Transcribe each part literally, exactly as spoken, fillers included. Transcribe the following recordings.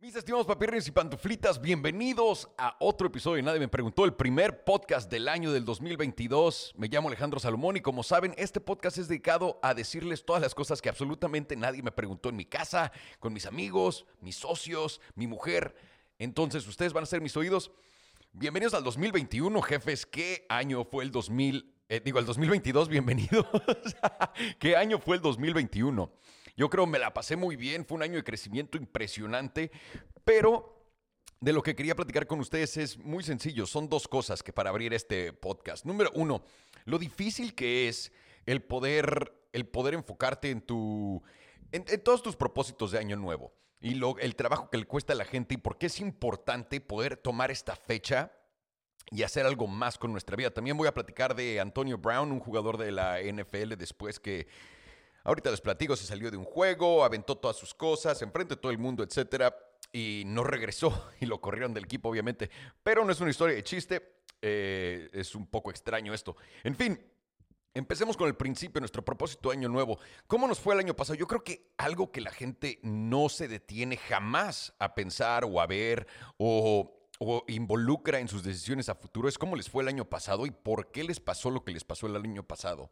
Mis estimados papirrines y pantuflitas, bienvenidos a otro episodio de Nadie Me Preguntó, el primer podcast del año del dos mil veintidós. Me llamo Alejandro Salomón y como saben, este podcast es dedicado a decirles todas las cosas que absolutamente nadie me preguntó en mi casa, con mis amigos, mis socios, mi mujer. Entonces, ustedes van a ser mis oídos. Bienvenidos al dos mil veintiuno, jefes. ¿Qué año fue el dos mil? Eh, digo, el dos mil veintidós, bienvenidos. ¿Qué año fue el dos mil veintiuno? Yo creo me la pasé muy bien, fue un año de crecimiento impresionante, pero de lo que quería platicar con ustedes es muy sencillo. Son dos cosas que para abrir este podcast. Número uno, lo difícil que es el poder, el poder enfocarte en, tu, en, en todos tus propósitos de año nuevo y lo, el trabajo que le cuesta a la gente y por qué es importante poder tomar esta fecha y hacer algo más con nuestra vida. También voy a platicar de Antonio Brown, un jugador de la N F L después que... Ahorita les platico, se salió de un juego, aventó todas sus cosas, enfrente de todo el mundo, etcétera, y no regresó y lo corrieron del equipo, obviamente. Pero no es una historia de chiste, eh, es un poco extraño esto. En fin, empecemos con el principio, nuestro propósito de año nuevo. ¿Cómo nos fue el año pasado? Yo creo que algo que la gente no se detiene jamás a pensar o a ver o... o involucra en sus decisiones a futuro es cómo les fue el año pasado y por qué les pasó lo que les pasó el año pasado.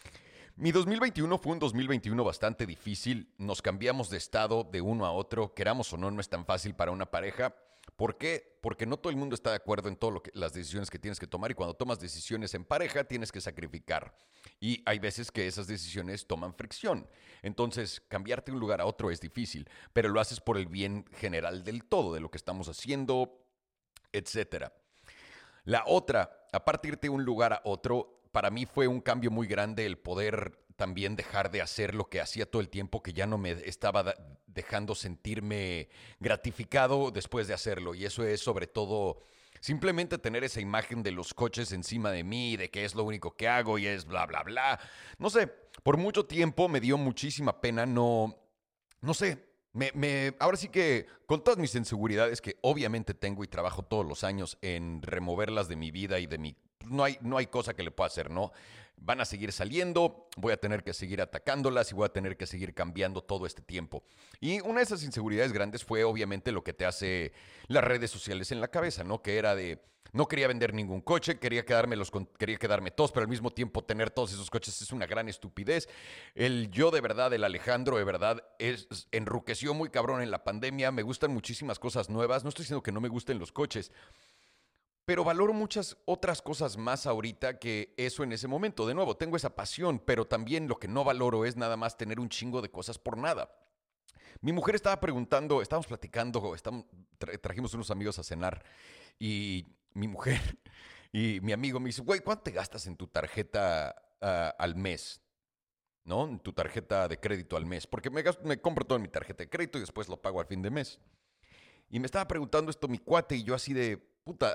Mi dos mil veintiuno fue un dos mil veintiuno bastante difícil. Nos cambiamos de estado de uno a otro. Queramos o no, no es tan fácil para una pareja. ¿Por qué? Porque no todo el mundo está de acuerdo en todas las decisiones que tienes que tomar y cuando tomas decisiones en pareja tienes que sacrificar. Y hay veces que esas decisiones toman fricción. Entonces, cambiarte de un lugar a otro es difícil, pero lo haces por el bien general del todo, de lo que estamos haciendo, etcétera. La otra, a partir de un lugar a otro, para mí fue un cambio muy grande el poder también dejar de hacer lo que hacía todo el tiempo, que ya no me estaba da- dejando sentirme gratificado después de hacerlo. Y eso es sobre todo simplemente tener esa imagen de los coches encima de mí, de que es lo único que hago y es bla, bla, bla. No sé, por mucho tiempo me dio muchísima pena no, no sé. Me, me, ahora sí que con todas mis inseguridades que obviamente tengo y trabajo todos los años en removerlas de mi vida y de mi... No hay, no hay cosa que le pueda hacer, ¿no? Van a seguir saliendo, voy a tener que seguir atacándolas y voy a tener que seguir cambiando todo este tiempo. Y una de esas inseguridades grandes fue obviamente lo que te hace las redes sociales en la cabeza, ¿no? Que era de, no quería vender ningún coche, quería quedarme, los, quería quedarme todos, pero al mismo tiempo tener todos esos coches es una gran estupidez. El yo de verdad, el Alejandro de verdad, es, enruqueció muy cabrón en la pandemia. Me gustan muchísimas cosas nuevas. No estoy diciendo que no me gusten los coches, pero valoro muchas otras cosas más ahorita que eso en ese momento. De nuevo, tengo esa pasión, pero también lo que no valoro es nada más tener un chingo de cosas por nada. Mi mujer estaba preguntando, estábamos platicando, estamos, tra- trajimos unos amigos a cenar y mi mujer y mi amigo me dice, güey, ¿cuánto te gastas en tu tarjeta uh, al mes? ¿No? En tu tarjeta de crédito al mes. Porque me, gasto, me compro todo en mi tarjeta de crédito y después lo pago al fin de mes. Y me estaba preguntando esto mi cuate y yo así de, puta...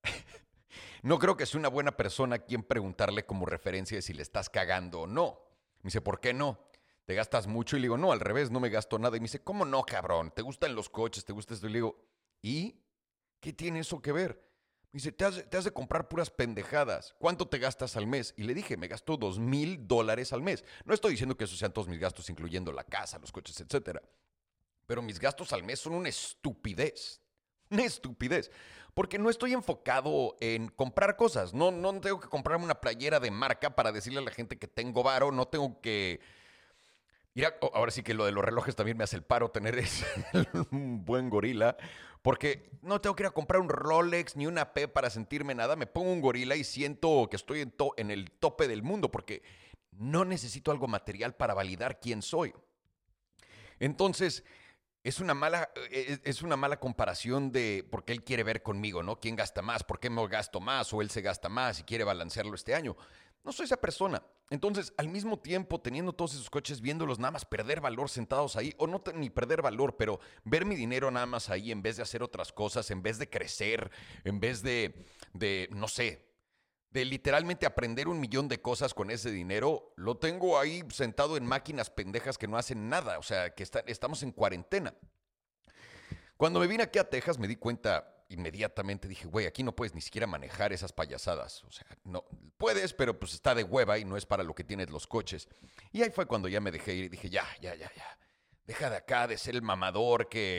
No creo que sea una buena persona a quien preguntarle como referencia de si le estás cagando o no. Me dice, ¿por qué no? ¿Te gastas mucho? Y le digo, no, al revés, no me gasto nada. Y me dice, ¿cómo no, cabrón? ¿Te gustan los coches? ¿Te gusta esto? Y le digo, ¿y qué tiene eso que ver? Me dice, te has, te has de comprar puras pendejadas. ¿Cuánto te gastas al mes? Y le dije, me gasto dos mil dólares al mes. No estoy diciendo que esos sean todos mis gastos, incluyendo la casa, los coches, etcétera. Pero mis gastos al mes son una estupidez. Una estupidez. Porque no estoy enfocado en comprar cosas. No, no tengo que comprarme una playera de marca para decirle a la gente que tengo varo. No tengo que... Ir a... Ahora sí que lo de los relojes también me hace el paro tener ese, un buen gorila. Porque no tengo que ir a comprar un Rolex ni una P para sentirme nada. Me pongo un gorila y siento que estoy en, to... en el tope del mundo. Porque no necesito algo material para validar quién soy. Entonces... Es una mala, es una mala comparación de por qué él quiere ver conmigo, ¿no? ¿Quién gasta más? ¿Por qué me gasto más? O él se gasta más y quiere balancearlo este año. No soy esa persona. Entonces, al mismo tiempo, teniendo todos esos coches, viéndolos nada más perder valor sentados ahí, o no ni perder valor, pero ver mi dinero nada más ahí en vez de hacer otras cosas, en vez de crecer, en vez de, de no sé, de literalmente aprender un millón de cosas con ese dinero, lo tengo ahí sentado en máquinas pendejas que no hacen nada, o sea, que está, estamos en cuarentena. Cuando me vine aquí a Texas me di cuenta inmediatamente, dije, güey, aquí no puedes ni siquiera manejar esas payasadas, o sea, no, puedes, pero pues está de hueva y no es para lo que tienes los coches. Y ahí fue cuando ya me dejé ir y dije, ya, ya, ya, ya, deja de acá de ser el mamador que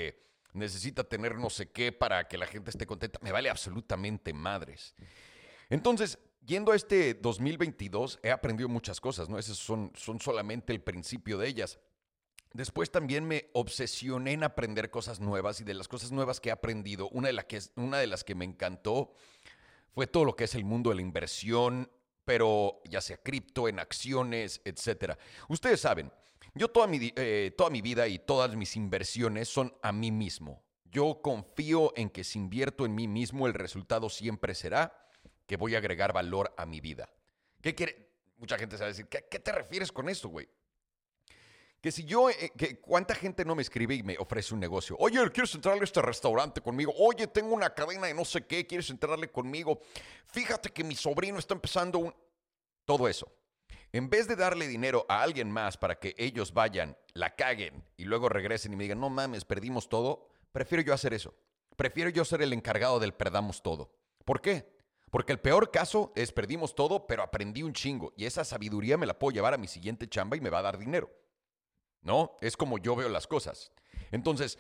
necesita tener no sé qué para que la gente esté contenta. Me vale absolutamente madres. Entonces, yendo a este dos mil veintidós, he aprendido muchas cosas, ¿no? Esas son, son solamente el principio de ellas. Después también me obsesioné en aprender cosas nuevas y de las cosas nuevas que he aprendido, una de, la que es, una de las que me encantó fue todo lo que es el mundo de la inversión, pero ya sea cripto, en acciones, etcétera. Ustedes saben, yo toda mi, eh, toda mi vida y todas mis inversiones son a mí mismo. Yo confío en que si invierto en mí mismo, el resultado siempre será que voy a agregar valor a mi vida. ¿Qué quiere? Mucha gente se va a decir, ¿qué, qué te refieres con esto, güey? Que si yo, eh, que cuánta gente no me escribe y me ofrece un negocio. Oye, ¿quieres entrarle a este restaurante conmigo? Oye, tengo una cadena de no sé qué, ¿quieres entrarle conmigo? Fíjate que mi sobrino está empezando un... Todo eso. En vez de darle dinero a alguien más para que ellos vayan, la caguen y luego regresen y me digan, no mames, perdimos todo, prefiero yo hacer eso. Prefiero yo ser el encargado del perdamos todo. ¿Por qué? Porque el peor caso es perdimos todo, pero aprendí un chingo y esa sabiduría me la puedo llevar a mi siguiente chamba y me va a dar dinero. ¿No? Es como yo veo las cosas. Entonces,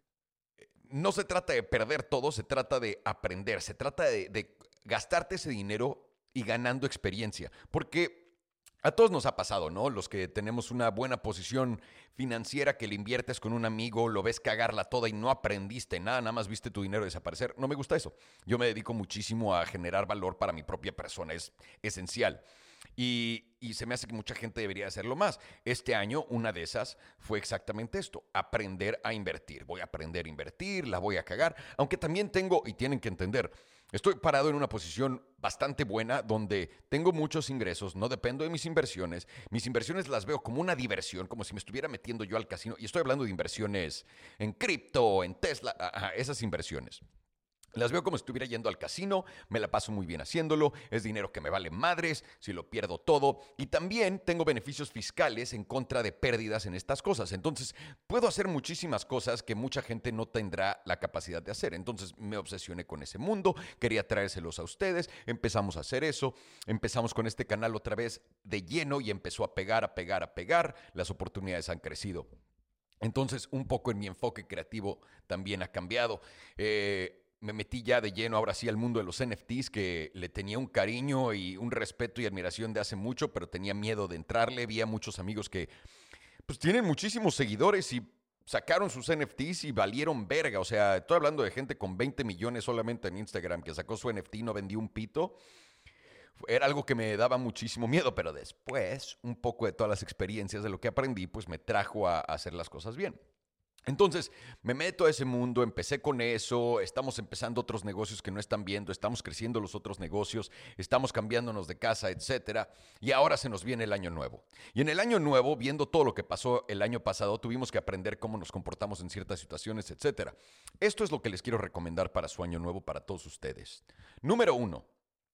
no se trata de perder todo, se trata de aprender, se trata de, de gastarte ese dinero y ganando experiencia. Porque a todos nos ha pasado, ¿no? Los que tenemos una buena posición financiera, que le inviertes con un amigo, lo ves cagarla toda y no aprendiste nada, nada más viste tu dinero desaparecer. No me gusta eso. Yo me dedico muchísimo a generar valor para mi propia persona, es esencial. Y, y se me hace que mucha gente debería hacerlo más. Este año, una de esas fue exactamente esto, aprender a invertir. Voy a aprender a invertir, la voy a cagar, aunque también tengo, y tienen que entender, estoy parado en una posición bastante buena donde tengo muchos ingresos, no dependo de mis inversiones. Mis inversiones las veo como una diversión, como si me estuviera metiendo yo al casino. Y estoy hablando de inversiones en cripto, en Tesla, ajá, esas inversiones. Las veo como si estuviera yendo al casino, me la paso muy bien haciéndolo, es dinero que me vale madres, si lo pierdo todo, y también tengo beneficios fiscales en contra de pérdidas en estas cosas. Entonces, puedo hacer muchísimas cosas que mucha gente no tendrá la capacidad de hacer. Entonces, me obsesioné con ese mundo, quería traérselos a ustedes, empezamos a hacer eso, empezamos con este canal otra vez de lleno y empezó a pegar, a pegar, a pegar, las oportunidades han crecido. Entonces, un poco en mi enfoque creativo también ha cambiado. Eh, me metí ya de lleno ahora sí al mundo de los N F Ts, que le tenía un cariño y un respeto y admiración de hace mucho, pero tenía miedo de entrarle. Vi a muchos amigos que pues tienen muchísimos seguidores y sacaron sus N F Ts y valieron verga. O sea, estoy hablando de gente con veinte millones solamente en Instagram que sacó su N F T y no vendió un pito. Era algo que me daba muchísimo miedo, pero después, un poco de todas las experiencias de lo que aprendí, pues me trajo a, a hacer las cosas bien. Entonces, me meto a ese mundo, empecé con eso, estamos empezando otros negocios que no están viendo, estamos creciendo los otros negocios, estamos cambiándonos de casa, etcétera, y ahora se nos viene el año nuevo. Y en el año nuevo, viendo todo lo que pasó el año pasado, tuvimos que aprender cómo nos comportamos en ciertas situaciones, etcétera. Esto es lo que les quiero recomendar para su año nuevo para todos ustedes. Número uno,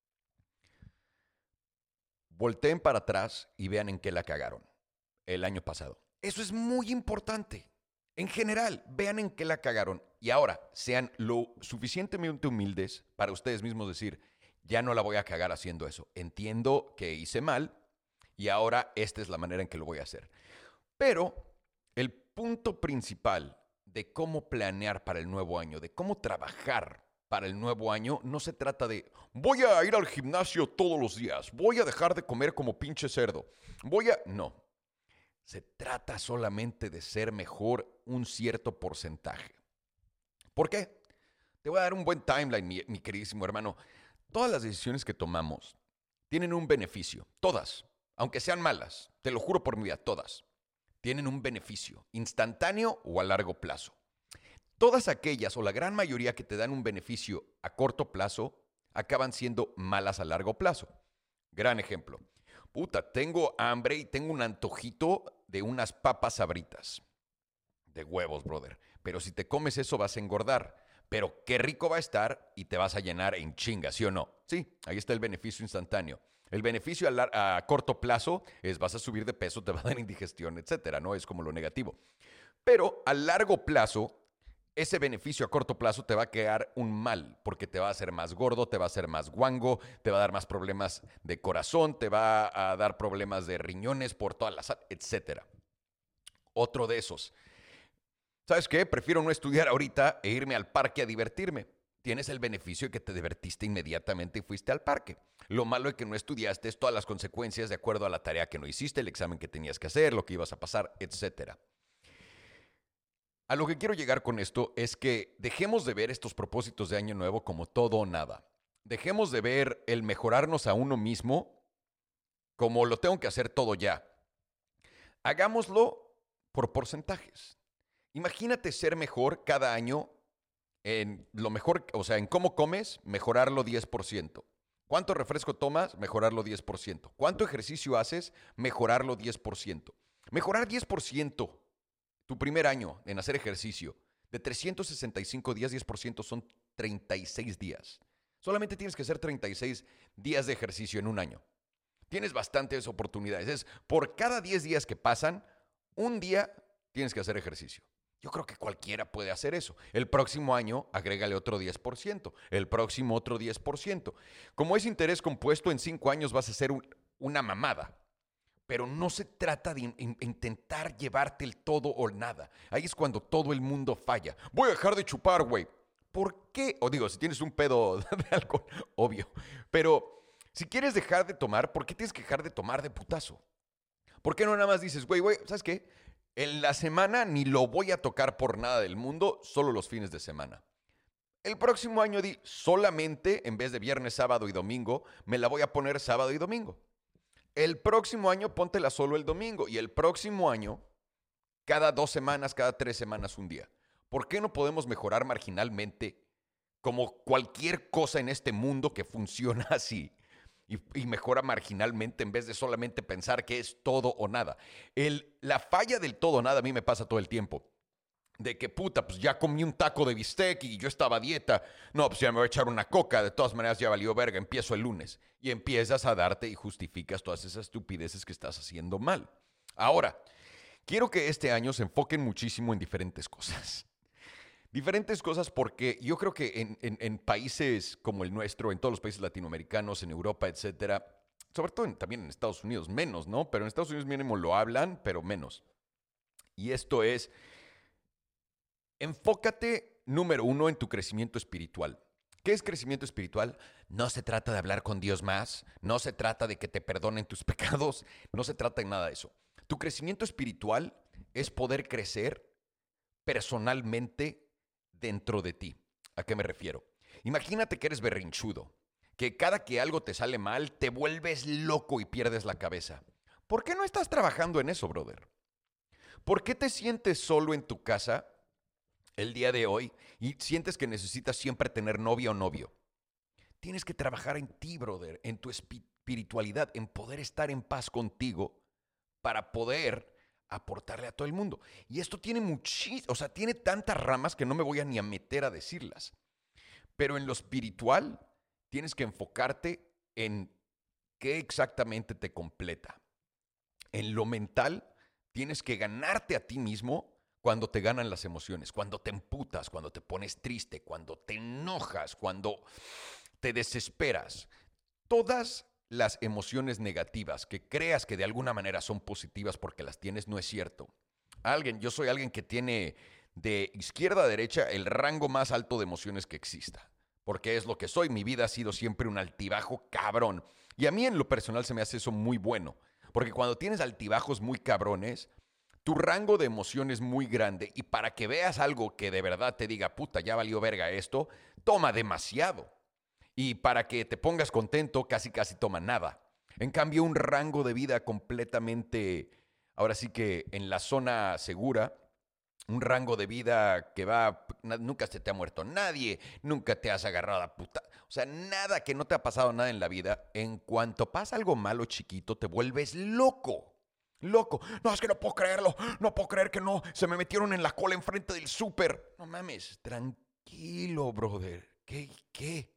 volteen para atrás y vean en qué la cagaron el año pasado. Eso es muy importante. En general, vean en qué la cagaron y ahora sean lo suficientemente humildes para ustedes mismos decir, ya no la voy a cagar haciendo eso. Entiendo que hice mal y ahora esta es la manera en que lo voy a hacer. Pero el punto principal de cómo planear para el nuevo año, de cómo trabajar para el nuevo año, no se trata de voy a ir al gimnasio todos los días, voy a dejar de comer como pinche cerdo, voy a... No. Se trata solamente de ser mejor un cierto porcentaje. ¿Por qué? Te voy a dar un buen timeline, mi, mi queridísimo hermano. Todas las decisiones que tomamos tienen un beneficio. Todas. Aunque sean malas. Te lo juro por mi vida, todas. Tienen un beneficio. Instantáneo o a largo plazo. Todas aquellas o la gran mayoría que te dan un beneficio a corto plazo acaban siendo malas a largo plazo. Gran ejemplo. Puta, tengo hambre y tengo un antojito de unas papas sabritas. De huevos, brother. Pero si te comes eso vas a engordar. Pero qué rico va a estar y te vas a llenar en chinga, ¿sí o no? Sí, ahí está el beneficio instantáneo. El beneficio a, lar- a corto plazo es vas a subir de peso, te va a dar indigestión, etcétera, ¿no? Es como lo negativo. Pero a largo plazo, ese beneficio a corto plazo te va a crear un mal, porque te va a hacer más gordo, te va a hacer más guango, te va a dar más problemas de corazón, te va a dar problemas de riñones por toda la sal, etcétera. Otro de esos. ¿Sabes qué? Prefiero no estudiar ahorita e irme al parque a divertirme. Tienes el beneficio de que te divertiste inmediatamente y fuiste al parque. Lo malo de que no estudiaste es todas las consecuencias de acuerdo a la tarea que no hiciste, el examen que tenías que hacer, lo que ibas a pasar, etcétera. A lo que quiero llegar con esto es que dejemos de ver estos propósitos de año nuevo como todo o nada. Dejemos de ver el mejorarnos a uno mismo como lo tengo que hacer todo ya. Hagámoslo por porcentajes. Imagínate ser mejor cada año en lo mejor, o sea, en cómo comes, mejorarlo diez por ciento. ¿Cuánto refresco tomas? Mejorarlo diez por ciento. ¿Cuánto ejercicio haces? Mejorarlo diez por ciento. Mejorar diez por ciento tu primer año en hacer ejercicio. De trescientos sesenta y cinco días, diez por ciento son treinta y seis días. Solamente tienes que hacer treinta y seis días de ejercicio en un año. Tienes bastantes oportunidades. Es por cada diez días que pasan, un día tienes que hacer ejercicio. Yo creo que cualquiera puede hacer eso. El próximo año, agrégale otro diez por ciento. El próximo otro diez por ciento. Como es interés compuesto, en cinco años vas a hacer un, una mamada. Pero no se trata de in, in, intentar llevarte el todo o nada. Ahí es cuando todo el mundo falla. Voy a dejar de chupar, güey. ¿Por qué? O digo, si tienes un pedo de alcohol, obvio. Pero si quieres dejar de tomar, ¿por qué tienes que dejar de tomar de putazo? ¿Por qué no nada más dices, güey, güey, ¿sabes qué? En la semana ni lo voy a tocar por nada del mundo, solo los fines de semana. El próximo año di solamente, en vez de viernes, sábado y domingo, me la voy a poner sábado y domingo. El próximo año póntela solo el domingo. Y el próximo año, cada dos semanas, cada tres semanas, un día. ¿Por qué no podemos mejorar marginalmente como cualquier cosa en este mundo que funciona así? Y, y mejora marginalmente en vez de solamente pensar que es todo o nada. El, la falla del todo o nada a mí me pasa todo el tiempo. De que puta, pues ya comí un taco de bistec y yo estaba a dieta. No, pues ya me voy a echar una coca. De todas maneras ya valió verga. Empiezo el lunes. Y empiezas a darte y justificas todas esas estupideces que estás haciendo mal. Ahora, quiero que este año se enfoquen muchísimo en diferentes cosas. Diferentes cosas porque yo creo que en, en, en países como el nuestro, en todos los países latinoamericanos, en Europa, etcétera, sobre todo en, también en Estados Unidos, menos, ¿no? Pero en Estados Unidos mínimo lo hablan, pero menos. Y esto es, enfócate, número uno, en tu crecimiento espiritual. ¿Qué es crecimiento espiritual? No se trata de hablar con Dios más, no se trata de que te perdonen tus pecados, no se trata de nada de eso. Tu crecimiento espiritual es poder crecer personalmente dentro de ti. ¿A qué me refiero? Imagínate que eres berrinchudo, que cada que algo te sale mal, te vuelves loco y pierdes la cabeza. ¿Por qué no estás trabajando en eso, brother? ¿Por qué te sientes solo en tu casa el día de hoy y sientes que necesitas siempre tener novia o novio? Tienes que trabajar en ti, brother, en tu espiritualidad, en poder estar en paz contigo para poder aportarle a todo el mundo. Y esto tiene muchísimas, o sea, tiene tantas ramas que no me voy a ni a meter a decirlas. Pero en lo espiritual tienes que enfocarte en qué exactamente te completa. En lo mental tienes que ganarte a ti mismo cuando te ganan las emociones, cuando te emputas, cuando te pones triste, cuando te enojas, cuando te desesperas. Todas las emociones negativas que creas que de alguna manera son positivas porque las tienes, no es cierto. Alguien, yo soy alguien que tiene de izquierda a derecha el rango más alto de emociones que exista, porque es lo que soy. Mi vida ha sido siempre un altibajo cabrón. Y a mí en lo personal se me hace eso muy bueno, porque cuando tienes altibajos muy cabrones, tu rango de emoción es muy grande y para que veas algo que de verdad te diga, puta, ya valió verga esto, toma demasiado. Y para que te pongas contento, casi casi toma nada. En cambio, un rango de vida completamente, ahora sí que en la zona segura, un rango de vida que va, nunca se te ha muerto nadie, nunca te has agarrado a puta. O sea, nada, que no te ha pasado nada en la vida. En cuanto pasa algo malo chiquito, te vuelves loco. Loco. No, es que no puedo creerlo. No puedo creer que no. Se me metieron en la cola enfrente del súper. No mames. Tranquilo, brother. ¿Qué? ¿Qué?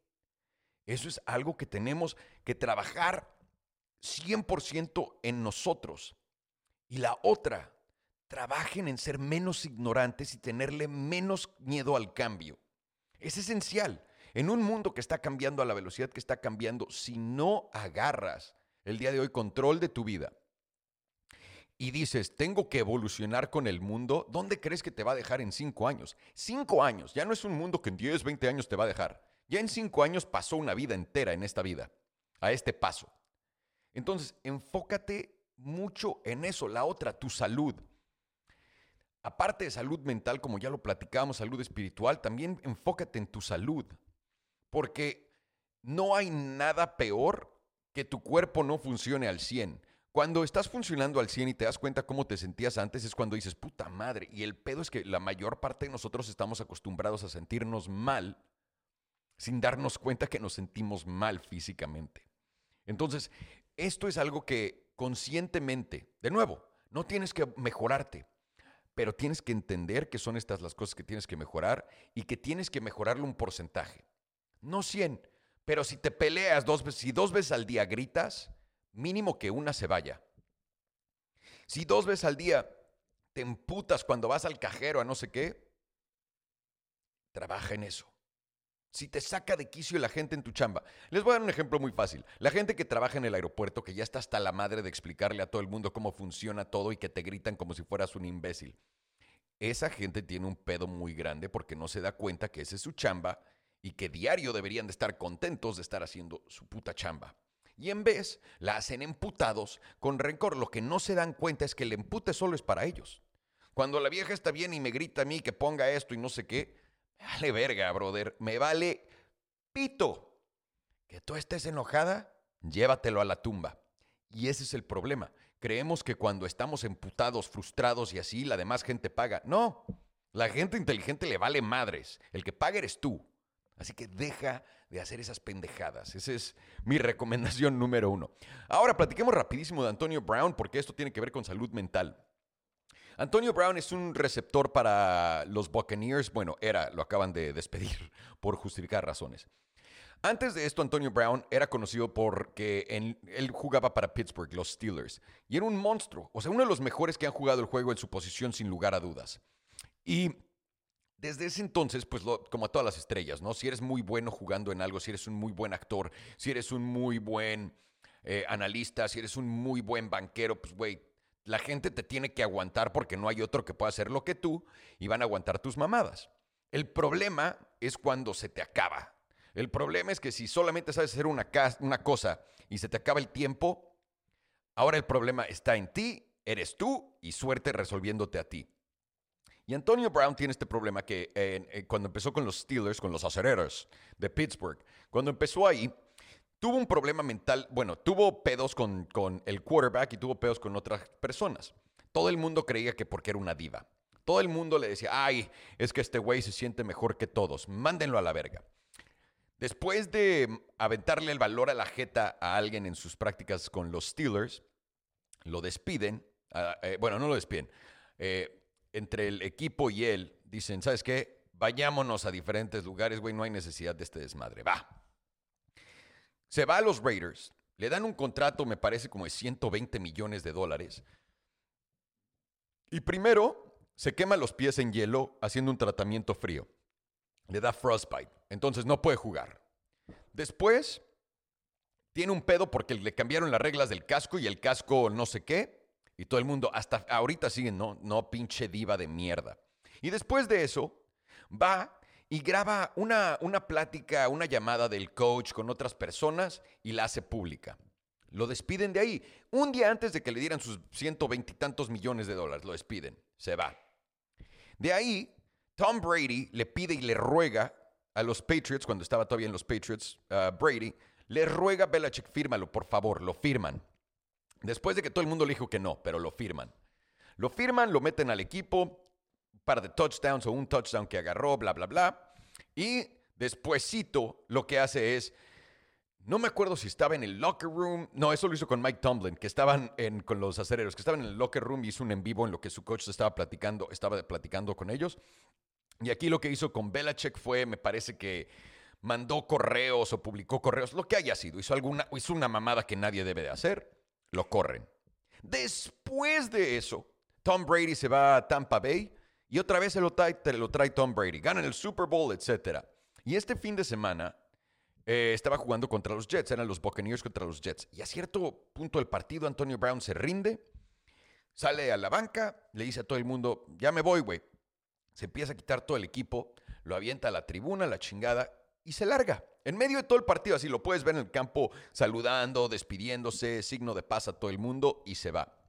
Eso es algo que tenemos que trabajar cien por ciento en nosotros. Y la otra, trabajen en ser menos ignorantes y tenerle menos miedo al cambio. Es esencial. En un mundo que está cambiando a la velocidad que está cambiando, si no agarras el día de hoy control de tu vida y dices, tengo que evolucionar con el mundo, ¿dónde crees que te va a dejar en cinco años? Cinco años, ya no es un mundo que en diez, veinte años te va a dejar. Ya en cinco años pasó una vida entera en esta vida, a este paso. Entonces, enfócate mucho en eso. La otra, tu salud. Aparte de salud mental, como ya lo platicábamos, salud espiritual, también enfócate en tu salud. Porque no hay nada peor que tu cuerpo no funcione al cien. Cuando estás funcionando al cien y te das cuenta cómo te sentías antes, es cuando dices, puta madre. Y el pedo es que la mayor parte de nosotros estamos acostumbrados a sentirnos mal sin darnos cuenta que nos sentimos mal físicamente. Entonces, esto es algo que conscientemente, de nuevo, no tienes que mejorarte, pero tienes que entender que son estas las cosas que tienes que mejorar y que tienes que mejorarlo un porcentaje. No cien, pero si te peleas dos veces, si dos veces al día gritas, mínimo que una se vaya. Si dos veces al día te emputas cuando vas al cajero a no sé qué, trabaja en eso. Si te saca de quicio la gente en tu chamba. Les voy a dar un ejemplo muy fácil. La gente que trabaja en el aeropuerto, que ya está hasta la madre de explicarle a todo el mundo cómo funciona todo y que te gritan como si fueras un imbécil. Esa gente tiene un pedo muy grande porque no se da cuenta que esa es su chamba y que diario deberían de estar contentos de estar haciendo su puta chamba. Y en vez, la hacen emputados con rencor. Lo que no se dan cuenta es que el empute solo es para ellos. Cuando la vieja está bien y me grita a mí que ponga esto y no sé qué, me vale verga, brother. Me vale pito. Que tú estés enojada, llévatelo a la tumba. Y ese es el problema. Creemos que cuando estamos emputados, frustrados y así, la demás gente paga. No, la gente inteligente le vale madres. El que paga eres tú. Así que deja de hacer esas pendejadas. Esa es mi recomendación número uno. Ahora platiquemos rapidísimo de Antonio Brown porque esto tiene que ver con salud mental. Antonio Brown es un receptor para los Buccaneers. Bueno, era, lo acaban de despedir por justificar razones. Antes de esto, Antonio Brown era conocido porque en, él jugaba para Pittsburgh, los Steelers, y era un monstruo. O sea, uno de los mejores que han jugado el juego en su posición sin lugar a dudas. Y desde ese entonces, pues lo, como a todas las estrellas, ¿no? Si eres muy bueno jugando en algo, si eres un muy buen actor, si eres un muy buen eh, analista, si eres un muy buen banquero, pues güey, la gente te tiene que aguantar porque no hay otro que pueda hacer lo que tú y van a aguantar tus mamadas. El problema es cuando se te acaba. El problema es que si solamente sabes hacer una, una cosa y se te acaba el tiempo, ahora el problema está en ti, eres tú y suerte resolviéndote a ti. Y Antonio Brown tiene este problema que eh, eh, cuando empezó con los Steelers, con los acereros de Pittsburgh, cuando empezó ahí, tuvo un problema mental, bueno, tuvo pedos con, con el quarterback y tuvo pedos con otras personas. Todo el mundo creía que porque era una diva. Todo el mundo le decía, ay, es que este güey se siente mejor que todos, mándenlo a la verga. Después de aventarle el valor a la jeta a alguien en sus prácticas con los Steelers, lo despiden, uh, eh, bueno, no lo despiden, eh, entre el equipo y él, dicen, ¿sabes qué? Vayámonos a diferentes lugares, güey, no hay necesidad de este desmadre, va. Se va a los Raiders, le dan un contrato, me parece, como de ciento veinte millones de dólares. Y primero se quema los pies en hielo haciendo un tratamiento frío. Le da frostbite, entonces no puede jugar. Después tiene un pedo porque le cambiaron las reglas del casco y el casco no sé qué. Y todo el mundo, hasta ahorita siguen, no, no, pinche diva de mierda. Y después de eso, va y graba una, una plática, una llamada del coach con otras personas y la hace pública. Lo despiden de ahí. Un día antes de que le dieran sus ciento veintitantos millones de dólares, lo despiden. Se va. De ahí, Tom Brady le pide y le ruega a los Patriots, cuando estaba todavía en los Patriots, uh, Brady, le ruega a Belichick, fírmalo, por favor, lo firman. Después de que todo el mundo le dijo que no, pero lo firman. Lo firman, lo meten al equipo, un par de touchdowns o un touchdown que agarró, bla, bla, bla. Y despuesito lo que hace es, no me acuerdo si estaba en el locker room, no, eso lo hizo con Mike Tomlin, que estaban en, con los acereros, que estaban en el locker room y hizo un en vivo en lo que su coach estaba platicando, estaba platicando con ellos. Y aquí lo que hizo con Belichick fue, me parece que mandó correos o publicó correos, lo que haya sido, hizo, alguna, hizo una mamada que nadie debe de hacer. Lo corren. Después de eso, Tom Brady se va a Tampa Bay y otra vez se lo trae, te lo trae Tom Brady. Ganan el Super Bowl, etcétera. Y este fin de semana eh, estaba jugando contra los Jets. Eran los Buccaneers contra los Jets. Y a cierto punto del partido, Antonio Brown se rinde, Sale a la banca, le dice a todo el mundo, ya me voy, güey. Se empieza a quitar todo el equipo, lo avienta a la tribuna, la chingada, y se larga. En medio de todo el partido, así lo puedes ver en el campo, saludando, despidiéndose, signo de paz a todo el mundo, y se va.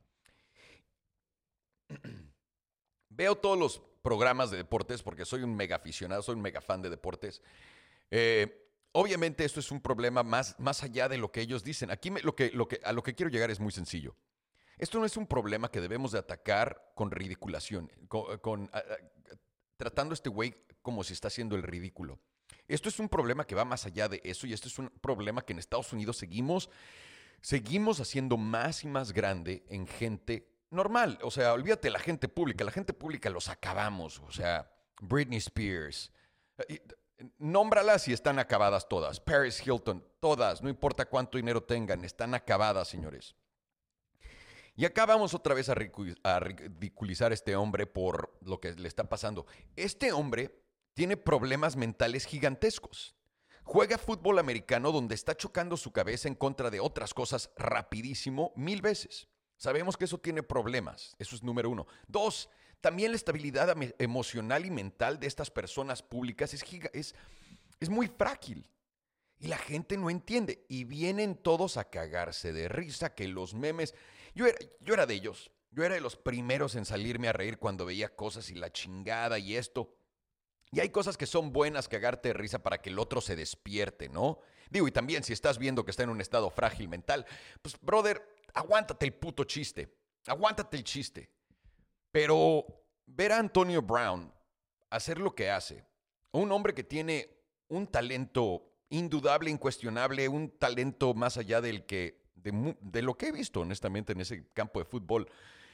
Veo todos los programas de deportes porque soy un mega aficionado, soy un mega fan de deportes. Eh, obviamente esto es un problema más, más allá de lo que ellos dicen. Aquí me, lo que, lo que, a lo que quiero llegar es muy sencillo. Esto no es un problema que debemos de atacar con ridiculación, con, con a, a, tratando a este güey como si está haciendo el ridículo. Esto es un problema que va más allá de eso y esto es un problema que en Estados Unidos seguimos, seguimos haciendo más y más grande en gente normal. O sea, olvídate la gente pública, la gente pública los acabamos. O sea, Britney Spears, nómbralas y están acabadas todas. Paris Hilton, todas, no importa cuánto dinero tengan, están acabadas, señores. Y acá vamos otra vez a ridiculizar a este hombre por lo que le está pasando. Este hombre tiene problemas mentales gigantescos. Juega fútbol americano donde está chocando su cabeza en contra de otras cosas rapidísimo mil veces. Sabemos que eso tiene problemas. Eso es número uno. Dos, también la estabilidad emocional y mental de estas personas públicas es, giga, es, es muy frágil. Y la gente no entiende. Y vienen todos a cagarse de risa, que los memes... Yo era, yo era de ellos. Yo era de los primeros en salirme a reír cuando veía cosas y la chingada y esto. Y hay cosas que son buenas, cagarte de risa para que el otro se despierte, ¿no? Digo, y también si estás viendo que está en un estado frágil mental, pues, brother, aguántate el puto chiste. Aguántate el chiste. Pero ver a Antonio Brown hacer lo que hace, un hombre que tiene un talento indudable, incuestionable, un talento más allá del que, de, de lo que he visto, honestamente, en ese campo de fútbol.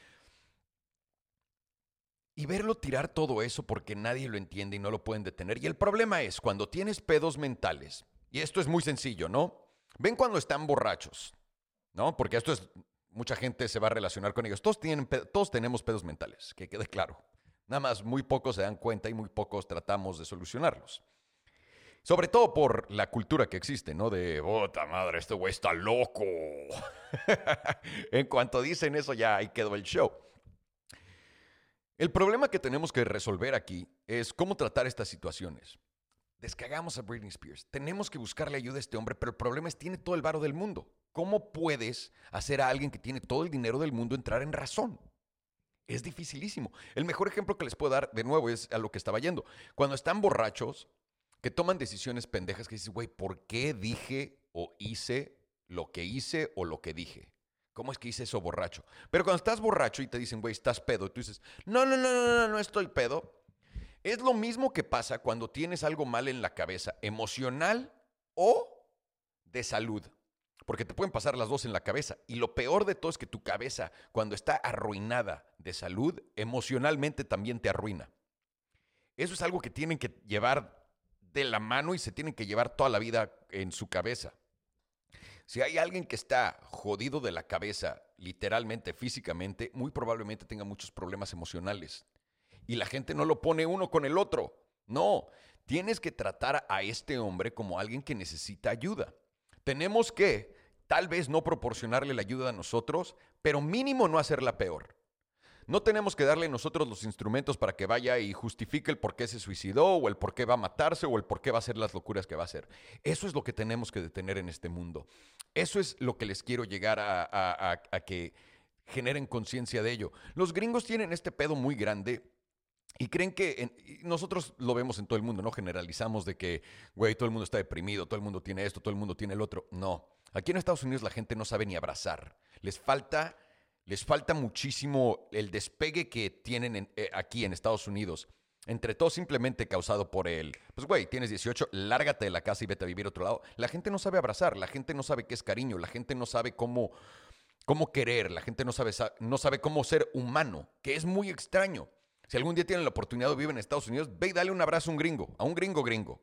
Y verlo tirar todo eso porque nadie lo entiende y no lo pueden detener. Y el problema es cuando tienes pedos mentales, y esto es muy sencillo, ¿no? Ven cuando están borrachos, ¿no? Porque esto es, mucha gente se va a relacionar con ellos. Todos, tienen, todos tenemos pedos mentales, que quede claro. Nada más muy pocos se dan cuenta y muy pocos tratamos de solucionarlos. Sobre todo por la cultura que existe, ¿no? De, puta madre, este güey está loco. En cuanto dicen eso, ya ahí quedó el show. El problema que tenemos que resolver aquí es cómo tratar estas situaciones. Descagamos a Britney Spears. Tenemos que buscarle ayuda a este hombre, pero el problema es tiene todo el varo del mundo. ¿Cómo puedes hacer a alguien que tiene todo el dinero del mundo entrar en razón? Es dificilísimo. El mejor ejemplo que les puedo dar, de nuevo, es a lo que estaba yendo. Cuando están borrachos, que toman decisiones pendejas que dices, güey, ¿por qué dije o hice lo que hice o lo que dije? ¿Cómo es que hice eso borracho? Pero cuando estás borracho y te dicen, güey, estás pedo, y tú dices, no, no, no, no, no, no estoy pedo. Es lo mismo que pasa cuando tienes algo mal en la cabeza, emocional o de salud. Porque te pueden pasar las dos en la cabeza. Y lo peor de todo es que tu cabeza, cuando está arruinada de salud, emocionalmente también te arruina. Eso es algo que tienen que llevar de la mano y se tienen que llevar toda la vida en su cabeza. Si hay alguien que está jodido de la cabeza, literalmente, físicamente, muy probablemente tenga muchos problemas emocionales. Y la gente no lo pone uno con el otro. No, tienes que tratar a este hombre como alguien que necesita ayuda. Tenemos que, tal vez no proporcionarle la ayuda a nosotros, pero mínimo no hacerla peor. No tenemos que darle nosotros los instrumentos para que vaya y justifique el por qué se suicidó o el por qué va a matarse o el por qué va a hacer las locuras que va a hacer. Eso es lo que tenemos que detener en este mundo. Eso es lo que les quiero llegar a, a, a, a que generen conciencia de ello. Los gringos tienen este pedo muy grande y creen que en, y nosotros lo vemos en todo el mundo, ¿no? Generalizamos de que, güey, todo el mundo está deprimido, todo el mundo tiene esto, todo el mundo tiene el otro. No. Aquí en Estados Unidos la gente no sabe ni abrazar. Les falta... Les falta muchísimo el despegue que tienen en, eh, aquí en Estados Unidos. Entre todo simplemente causado por el, pues güey, tienes dieciocho, lárgate de la casa y vete a vivir a otro lado. La gente no sabe abrazar, la gente no sabe qué es cariño, la gente no sabe cómo, cómo querer, la gente no sabe, no sabe cómo ser humano, que es muy extraño. Si algún día tienen la oportunidad de vivir en Estados Unidos, ve y dale un abrazo a un gringo, a un gringo gringo.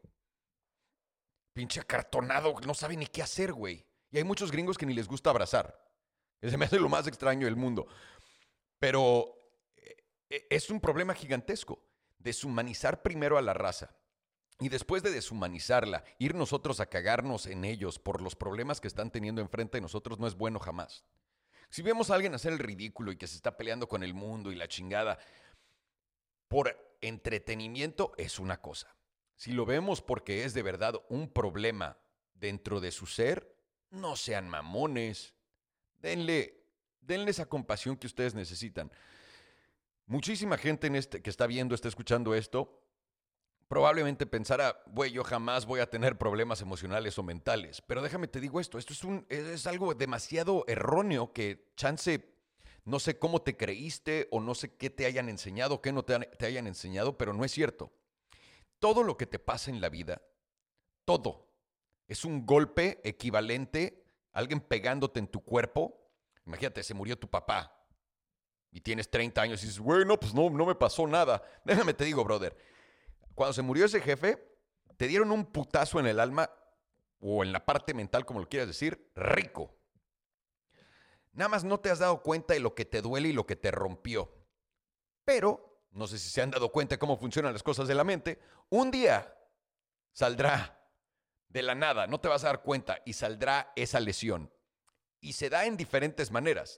Pinche acartonado, no sabe ni qué hacer, güey. Y hay muchos gringos que ni les gusta abrazar. Se me hace lo más extraño del mundo. Pero es un problema gigantesco. Deshumanizar primero a la raza. Y después de deshumanizarla, ir nosotros a cagarnos en ellos por los problemas que están teniendo enfrente de nosotros no es bueno jamás. Si vemos a alguien hacer el ridículo y que se está peleando con el mundo y la chingada por entretenimiento, es una cosa. Si lo vemos porque es de verdad un problema dentro de su ser, no sean mamones. Denle, denle esa compasión que ustedes necesitan. Muchísima gente en este, que está viendo, está escuchando esto, probablemente pensara, güey, yo jamás voy a tener problemas emocionales o mentales. Pero déjame te digo esto, esto es, un, es algo demasiado erróneo que chance, no sé cómo te creíste o no sé qué te hayan enseñado, qué no te, han, te hayan enseñado, pero no es cierto. Todo lo que te pasa en la vida, todo, es un golpe equivalente a alguien pegándote en tu cuerpo. Imagínate, se murió tu papá y tienes treinta años y dices, güey, no, pues no, no me pasó nada. Déjame te digo, brother. Cuando se murió ese jefe, te dieron un putazo en el alma o en la parte mental, como lo quieras decir, rico. Nada más no te has dado cuenta de lo que te duele y lo que te rompió. Pero, no sé si se han dado cuenta de cómo funcionan las cosas de la mente, un día saldrá de la nada, no te vas a dar cuenta, y saldrá esa lesión. Y se da en diferentes maneras.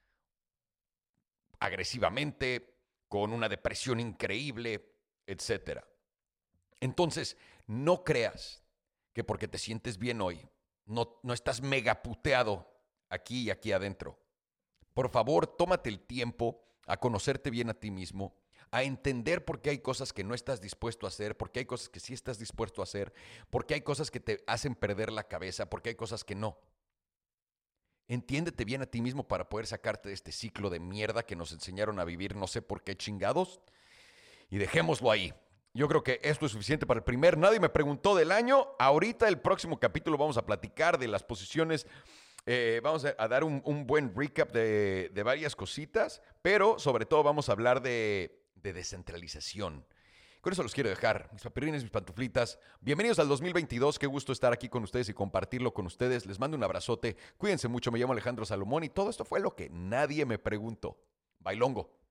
Agresivamente, con una depresión increíble, etcétera. Entonces, no creas que porque te sientes bien hoy, no, no estás mega puteado aquí y aquí adentro. Por favor, tómate el tiempo a conocerte bien a ti mismo, a entender por qué hay cosas que no estás dispuesto a hacer, por qué hay cosas que sí estás dispuesto a hacer, por qué hay cosas que te hacen perder la cabeza, por qué hay cosas que no. Entiéndete bien a ti mismo para poder sacarte de este ciclo de mierda que nos enseñaron a vivir no sé por qué chingados, y dejémoslo ahí. Yo creo que esto es suficiente para el primer Nadie me preguntó del año. Ahorita el próximo capítulo vamos a platicar de las posiciones, eh, vamos a, a dar un, un buen recap de, de varias cositas, pero sobre todo vamos a hablar de, de descentralización. Con eso los quiero dejar, mis papirrines, mis pantuflitas. Bienvenidos al dos mil veintidós, qué gusto estar aquí con ustedes y compartirlo con ustedes. Les mando un abrazote, cuídense mucho, me llamo Alejandro Salomón y todo esto fue lo que nadie me preguntó. Bailongo.